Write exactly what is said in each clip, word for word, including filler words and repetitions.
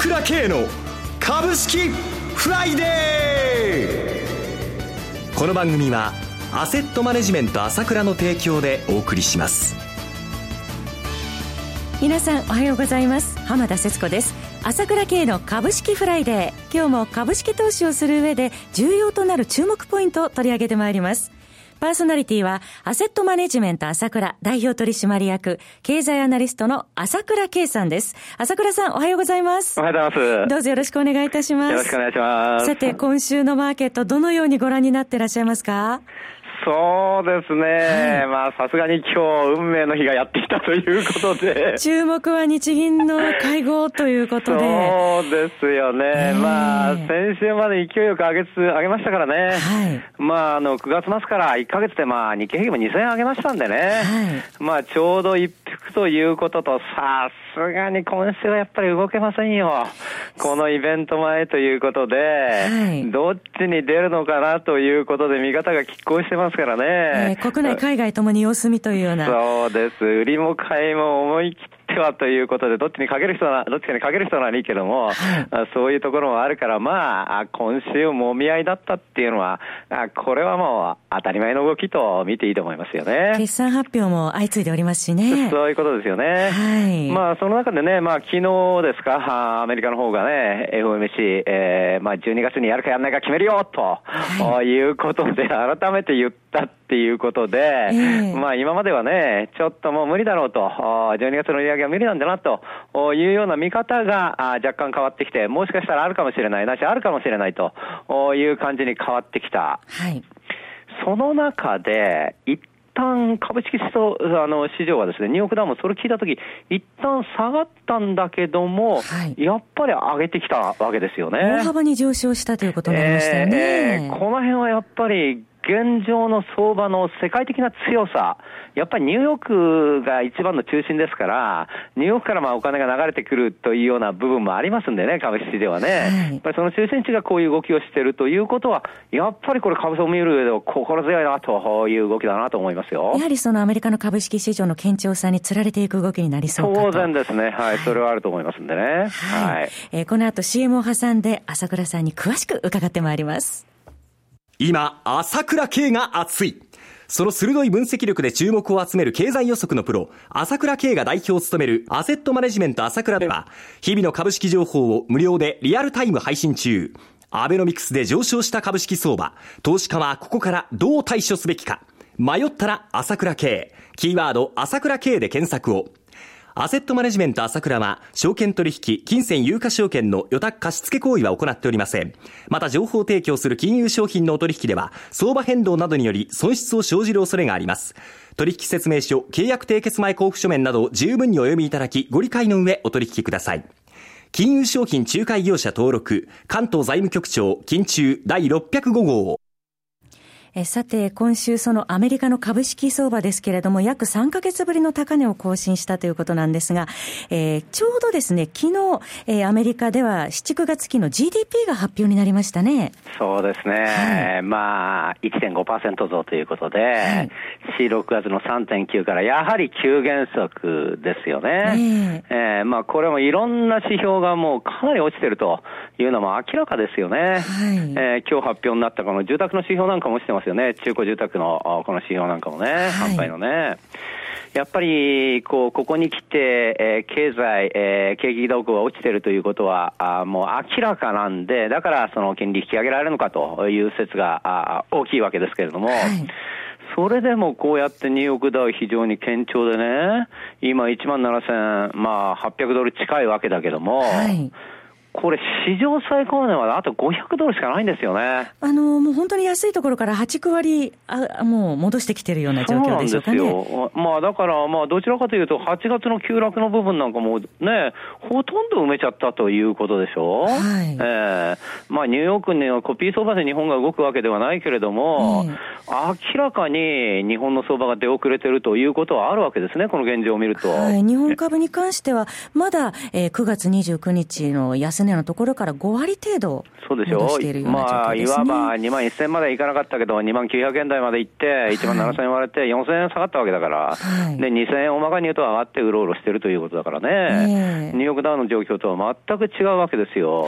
倉慶の株式フライデー。この番組はアセットマネジメント朝倉の提供でお送りします。 皆さんおはようございます。浜田節子です。朝倉慶の株式フライデー、今日も株式投資をする上で重要となる注目ポイントを取り上げてまいります。パーソナリティはアセットマネジメント朝倉代表取締役経済アナリストの朝倉慶さんです。朝倉さんおはようございます。 おはようございます。 どうぞよろしくお願いいたします。 よろしくお願いします。 さて今週のマーケットどのようにご覧になっていらっしゃいますか？ そうですね、はい、まあさすがに今日運命の日がやってきたということで注目は日銀の会合ということでそうですよね、えー、まあ先週まで勢いよく上げつ上げましたからね、はい、まああのくがつ末からいっかげつでまあ日経平均もにせんえん上げましたんでね、はい、まあちょうど一服ということとさすがに今週はやっぱり動けませんよ。このイベント前ということで、はい、どっちに出るのかなということで見方が拮抗してますからね、 えー、国内海外ともに様子見というような。 そうです。売りも買いも思い切ってはということで、どっちにかける人などっちかにかける人ならいいけども、はい、そういうところもあるから、まあ今週もみ合いだったっていうのはこれはもう当たり前の動きと見ていいと思いますよね。 決算発表も相次いでおりますしね。 そういうことですよね、はい、まあその中でね、まあ昨日ですか、アメリカの方がね エフオーエムシー、えー、まあじゅうにがつにやるかやらないか決めるよと、はい、いうことで改めて言ったっていうことで、えー、まあ今まではねちょっともう無理だろうと、じゅうにがつの利上げは無理なんだなというような見方が若干変わってきて、もしかしたらあるかもしれないなしあるかもしれないという感じに変わってきた、はい、その中で一旦株式市場、あの市場はですね、ニューヨークダウもそれ聞いたとき一旦下がったんだけども、はい、やっぱり上げてきたわけですよね。 大幅に上昇したということになりましたよね、 えー、この辺はやっぱり現状の相場の世界的な強さ、やっぱりニューヨークが一番の中心ですから、ニューヨークからまあお金が流れてくるというような部分もありますんでね、株式ではね、はい、やっぱりその中心地がこういう動きをしているということは、やっぱりこれ株価を見る上では心強いなという動きだなと思いますよ。 やはりそのアメリカの株式市場の堅調さにつられていく動きになりそうかと。 当然ですね、はい、それはあると思いますんでね、はいはい、 えー、この後 シーエム を挟んで朝倉さんに詳しく伺ってまいります。 今朝倉慶が熱い、その鋭い分析力で注目を集める経済予測のプロ朝倉慶が代表を務めるアセットマネジメント朝倉では、日々の株式情報を無料でリアルタイム配信中。アベノミクスで上昇した株式相場、投資家はここからどう対処すべきか。迷ったら朝倉慶、キーワード朝倉慶で検索を。アセットマネジメント朝倉は証券取引、金銭有価証券の予託貸付行為は行っておりません。また情報提供する金融商品のお取引では相場変動などにより損失を生じる恐れがあります。取引説明書、契約締結前交付書面などを十分にお読みいただき、ご理解の上お取引ください。金融商品仲介業者登録、関東財務局長金中第ろっぴゃくご号。 えさて今週そのアメリカの株式相場ですけれども、約さんかげつぶりの高値を更新したということなんですが、えー、ちょうどですね昨日、えー、アメリカではしち、くがつ期の ジーディーピー が発表になりましたね。 そうですね、はい、まあ いってんごパーセント 増ということで、はい、しろくがつの さんてんきゅう からやはり急減速ですよね、えーえー、まあこれもいろんな指標がもうかなり落ちてるというのも明らかですよね、はい、えー、今日発表になったこの住宅の指標なんかも落ちてますよね。中古住宅のこの指標なんかもね、はい、販売のね、やっぱりこうここに来て、えー、経済、えー、景気動向が落ちているということはあもう明らかなんで、だからその金利引き上げられるのかという説があ大きいわけですけれども、はい、それでもこうやってニューヨークダウ非常に堅調でね、今いちまんななせん、まあ、はっぴゃくドル近いわけだけども、はい、これ史上最高値はあとごひゃくドルしかないんですよね。 あのもう本当に安いところからはち、きゅう割あもう戻してきてるような状況でしょうかね。 そうなんですよ。まあだからまあどちらかというとはちがつの急落の部分なんかもねほとんど埋めちゃったということでしょ。はい、えー、まあニューヨークにはコピー相場で日本が動くわけではないけれども、えー、明らかに日本の相場が出遅れてるということはあるわけですね、この現状を見ると。 はい、日本株に関してはまだ、えー、くがつにじゅうくにちの安安値のところからごわり程度戻しているような状況ですね。 まあ、いわばにまんせんまでいかなかったけど、にまんきゅうひゃくえん台まで行って、いちまんななせんえん割れてよんせんえん下がったわけだから、はい、でにせんえん大まかに言うと上がってうろうろしてるということだからね、えー、ニューヨークダウの状況とは全く違うわけですよ。はい、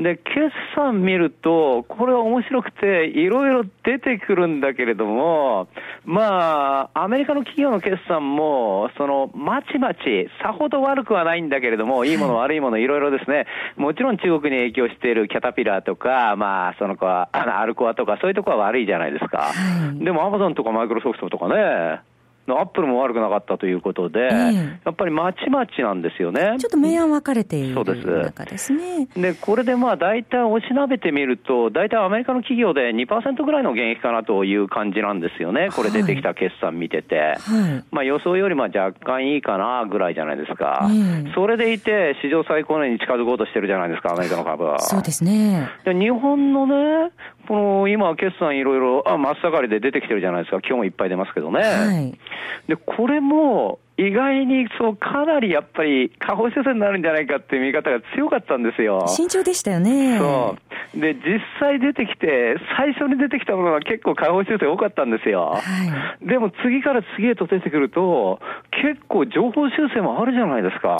で決算見ると、これは面白くて、いろいろ出てくるんだけれども、まあ、アメリカの企業の決算も、その、まちまち、さほど悪くはないんだけれども、いいもの、悪いもの、いろいろですね、もちろん中国に影響しているキャタピラーとか、まあ、その子、アルコアとか、そういうところは悪いじゃないですか。はい、でも、アマゾンとかマイクロソフトとかね、アップルも悪くなかったということで、えー、やっぱりまちまちなんですよね。 ちょっと明暗分かれている中ですね。 で、これでまあ大体押しなべてみると、大体アメリカの企業で にパーセント ぐらいの減益かなという感じなんですよね。これ出てきた決算見てて。はい、まあ予想よりまあ若干いいかなぐらいじゃないですか。うん、それでいて史上最高値に近づこうとしてるじゃないですか、アメリカの株は。 そうですね。 で、日本のね、この今決算いろいろ真っ盛りで出てきてるじゃないですか。今日もいっぱい出ますけどね。はい、で、これも意外にそうかなりやっぱり下方修正になるんじゃないかっていう見方が強かったんですよ。 慎重でしたよね。 そう。で、実際出てきて、最初に出てきたものは結構下方修正多かったんですよ。はい、でも次から次へと出てくると、結構上方修正もあるじゃないですか。はい、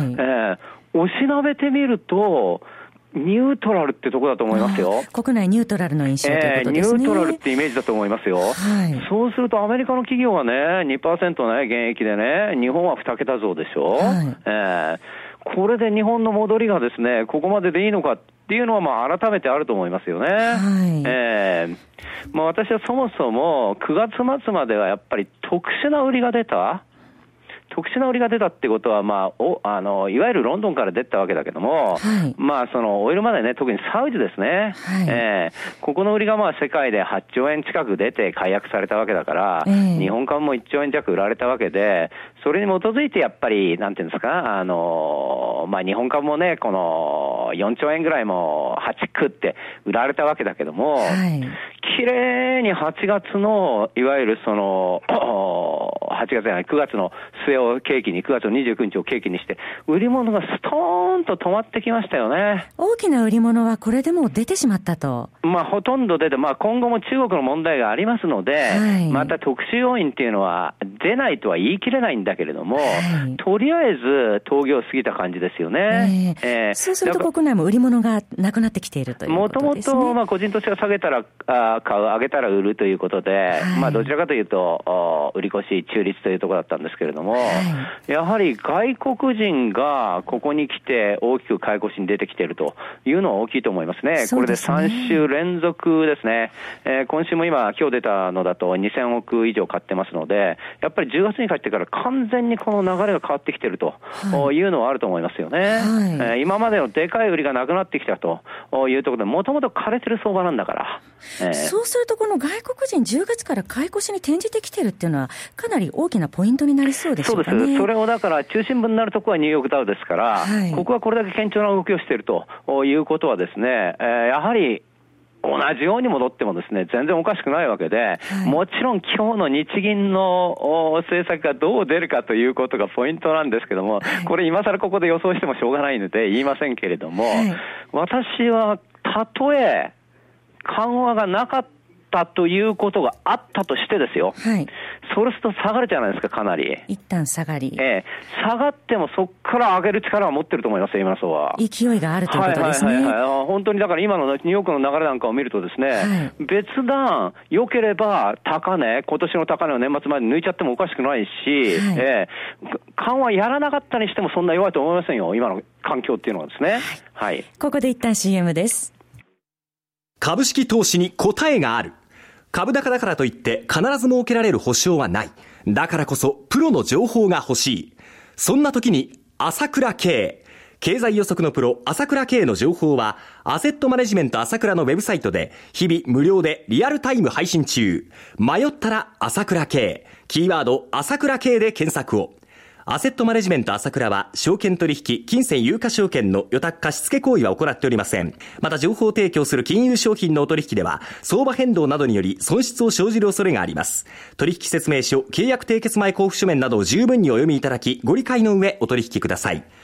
えー、押しなべてみると、ニュートラルってとこだと思いますよ。 国内ニュートラルの印象ということですね。 えー、ニュートラルってイメージだと思いますよ。はい、そうするとアメリカの企業はね、にパーセント ね、減益でね、日本はに桁増でしょ。はい、えー、これで日本の戻りがですね、ここまででいいのかっていうのはまあ改めてあると思いますよね。はい、えー、まあ私はそもそもくがつ末まではやっぱり特殊な売りが出た。特殊な売りが出たってことは、まあ、お、あの、いわゆるロンドンから出たわけだけども、はい、まあ、その、オイルまでね、特にサウジですね。はい、えー、ここの売りがまあ、世界ではっちょうえん近く出て解約されたわけだから、えー、日本株もいっちょうえん弱売られたわけで、それに基づいてやっぱり、なんていうんですか、あの、まあ、日本株もね、この、よんちょうえんぐらいも、はちくって売られたわけだけども、はい、綺麗にはちがつの、いわゆるその、はちがつじゃない、くがつの末を契機に、くがつのにじゅうくにちを契機にして、売り物がストーンと止まってきましたよね。 大きな売り物はこれでもう出てしまったと。 まあ、ほとんど出て、まあ、今後も中国の問題がありますので、はい、また特殊要因っていうのは出ないとは言い切れないんだけれども、はい、とりあえず峠を過ぎた感じですよね。 えーえー、そうすると国内も売り物がなくなってきているということですね。 もともと、まあ、個人としては下げたらあ買う、上げたら売るということで、はい、まあ、どちらかというと、売り越し中立というところだったんですけれども、はい、やはり外国人がここに来て大きく買い越しに出てきているというのは大きいと思いますね。これでさんしゅう連続ですね。えー、今週も今、今日出たのだとにせんおく以上買ってますので、やっぱりじゅうがつに入ってから完全にこの流れが変わってきているというのはあると思いますよね。はい、えー、今までのでかい売りがなくなってきたというところで、もともと枯れてる相場なんだから。 えー、そうするとこの外国人じゅうがつから買い越しに転じてきてるっていうのはかなり大きなポイントになりそうですよね。 そうです。それをだから中心部になるところはニューヨークダウですから、はい、ここはこれだけ堅調な動きをしているということはですね、えー、やはり同じように戻ってもですね、全然おかしくないわけで、はい、もちろん今日の日銀の政策がどう出るかということがポイントなんですけども、はい、これ今更ここで予想してもしょうがないので言いませんけれども、はい、私はたとえ緩和がなかったということがあったとしてですよ。はい。それすると下がるじゃないですか、かなり。 一旦下がり。 ええ。下がってもそこから上げる力は持ってると思いますよ、今の層は。 勢いがあるということですね。はいはいはい、 はい。本当にだから今のニューヨークの流れなんかを見るとですね、はい、別段良ければ高値、今年の高値を年末まで抜いちゃってもおかしくないし、はい、ええ。緩和やらなかったにしてもそんな弱いと思いませんよ、今の環境っていうのはですね。はい。はい、 ここで一旦 シーエム です。 株式投資に答えがある。株高だからといって必ず設けられる保証はない。だからこそプロの情報が欲しい。そんな時に朝倉慶。経済予測のプロ朝倉慶の情報はアセットマネジメント朝倉のウェブサイトで日々無料でリアルタイム配信中。迷ったら朝倉慶。キーワード朝倉慶で検索を。アセットマネジメント朝倉は証券取引、金銭有価証券の予託貸付行為は行っておりません。また情報提供する金融商品のお取引では相場変動などにより損失を生じる恐れがあります。取引説明書、契約締結前交付書面などを十分にお読みいただき、ご理解の上お取引ください。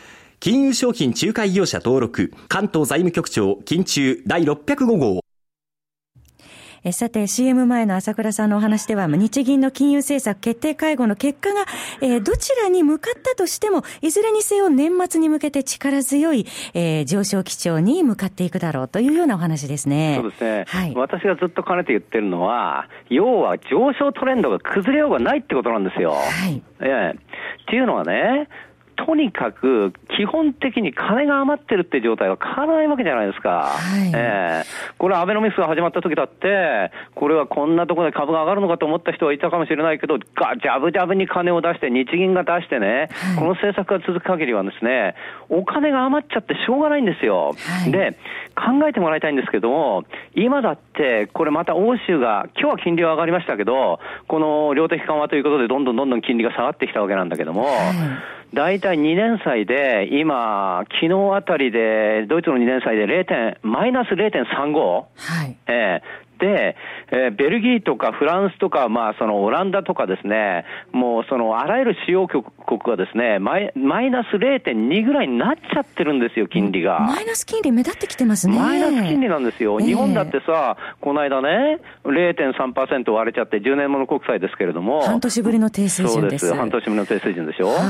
金融商品仲介業者登録関東財務局長金中だいろっぴゃくご号。 えさて シーエム 前の朝倉さんのお話では日銀の金融政策決定会合の結果が、えー、どちらに向かったとしてもいずれにせよ年末に向けて力強い、えー、上昇基調に向かっていくだろうというようなお話ですね。 そうですね、 はい、 私がずっと兼ねて言ってるのは要は上昇トレンドが崩れようがないってことなんですよ、はいえー、っていうのはねとにかく基本的に金が余ってるって状態は変わらないわけじゃないですか、はいえー、これアベノミクスが始まった時だってこれはこんなところで株が上がるのかと思った人はいたかもしれないけどガジャブジャブに金を出して日銀が出してね、はい、この政策が続く限りはですねお金が余っちゃってしょうがないんですよ、はい、で考えてもらいたいんですけども今だってこれまた欧州が今日は金利は上がりましたけどこの量的緩和ということでどんどんどんどん金利が下がってきたわけなんだけども、はいだいたいにねん債で今昨日あたりでドイツのにねん債でゼロマイナス ゼロてんさんご、はいえーで、えー、ベルギーとかフランスとか、まあ、そのオランダとかですね、もうそのあらゆる主要国がですね、マイ、マイナス ゼロてんに ぐらいになっちゃってるんですよ、金利が。 マイナス金利目立ってきてますね。 マイナス金利なんですよ。えー、日本だってさ、この間ね、ゼロてんさんパーセント 割れちゃってじゅうねんもの国債ですけれども。 半年ぶりの低水準です。 そうです。半年ぶりの低水準でしょ。 はい。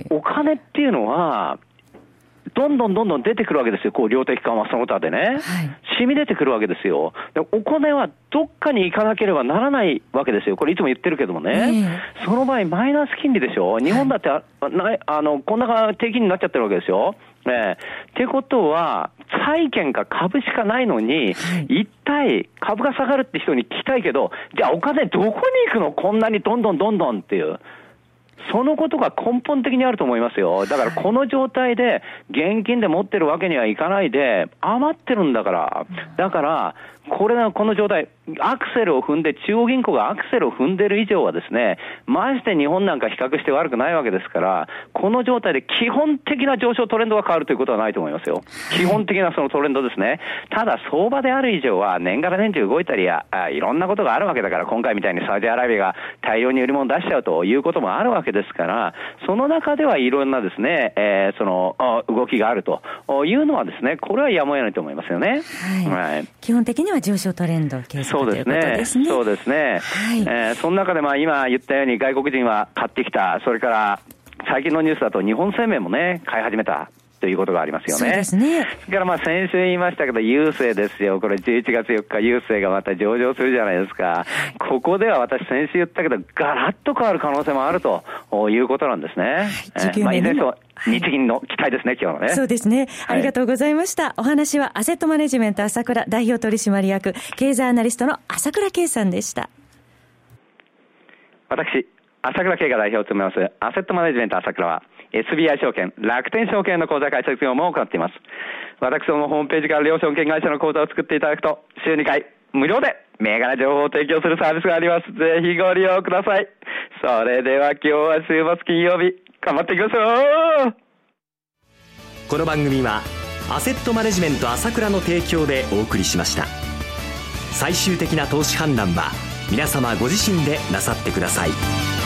お金っていうのは、どんどんどんどん出てくるわけですよ。こう量的緩和その他でね、はい、染み出てくるわけですよ。でお金はどっかに行かなければならないわけですよ。これいつも言ってるけどもね、えー、その場合マイナス金利でしょ。日本だってあ、はい、あのこんな低金利になっちゃってるわけですよ。ね、ってことは債券か株しかないのに、はい、一体株が下がるって人に聞きたいけど、じゃあお金どこに行くの、こんなにどんどんどんどんっていう。そのことが根本的にあると思いますよ。だからこの状態で現金で持ってるわけにはいかないで余ってるんだから。だからこれがこの状態、アクセルを踏んで、中央銀行がアクセルを踏んでる以上はですね、まして日本なんか比較して悪くないわけですから、この状態で基本的な上昇トレンドが変わるということはないと思いますよ。基本的なそのトレンドですね。ただ相場である以上は年がら年中動いたりや、あいろんなことがあるわけだから、今回みたいにサウジアラビアが大量に売り物出しちゃうということもあるわけですから、その中ではいろんなですね、えー、その動きがあるというのはですね、これはやむを得ないと思いますよね。 はい。はい、基本的には上昇トレンド継続ということですね。 そうですね。はい、えー、その中でまあ今言ったように外国人は買ってきた。それから最近のニュースだと日本生命もね買い始めたということがありますよね。 そうですね。 それからまあ先週言いましたけど郵政ですよ。これじゅういちがつよっか郵政がまた上場するじゃないですか。ここでは私先週言ったけどガラッと変わる可能性もあるということなんですね。はい、えー、まあいずれにせよ日銀の期待ですね、今日のね。 そうですね。ありがとうございました。はい、お話はアセットマネジメント朝倉代表取締役経済アナリストの朝倉圭さんでした。 私朝倉圭が代表を務めますアセットマネジメント朝倉は エスビーアイ 証券、楽天証券の口座開設業務を行っています。私どもホームページから両証券会社の口座を作っていただくと週にかい無料で銘柄情報を提供するサービスがあります。ぜひご利用ください。それでは今日は週末金曜日頑張っていきましょう。 この番組はアセットマネジメント朝倉の提供でお送りしました。最終的な投資判断は皆様ご自身でなさってください。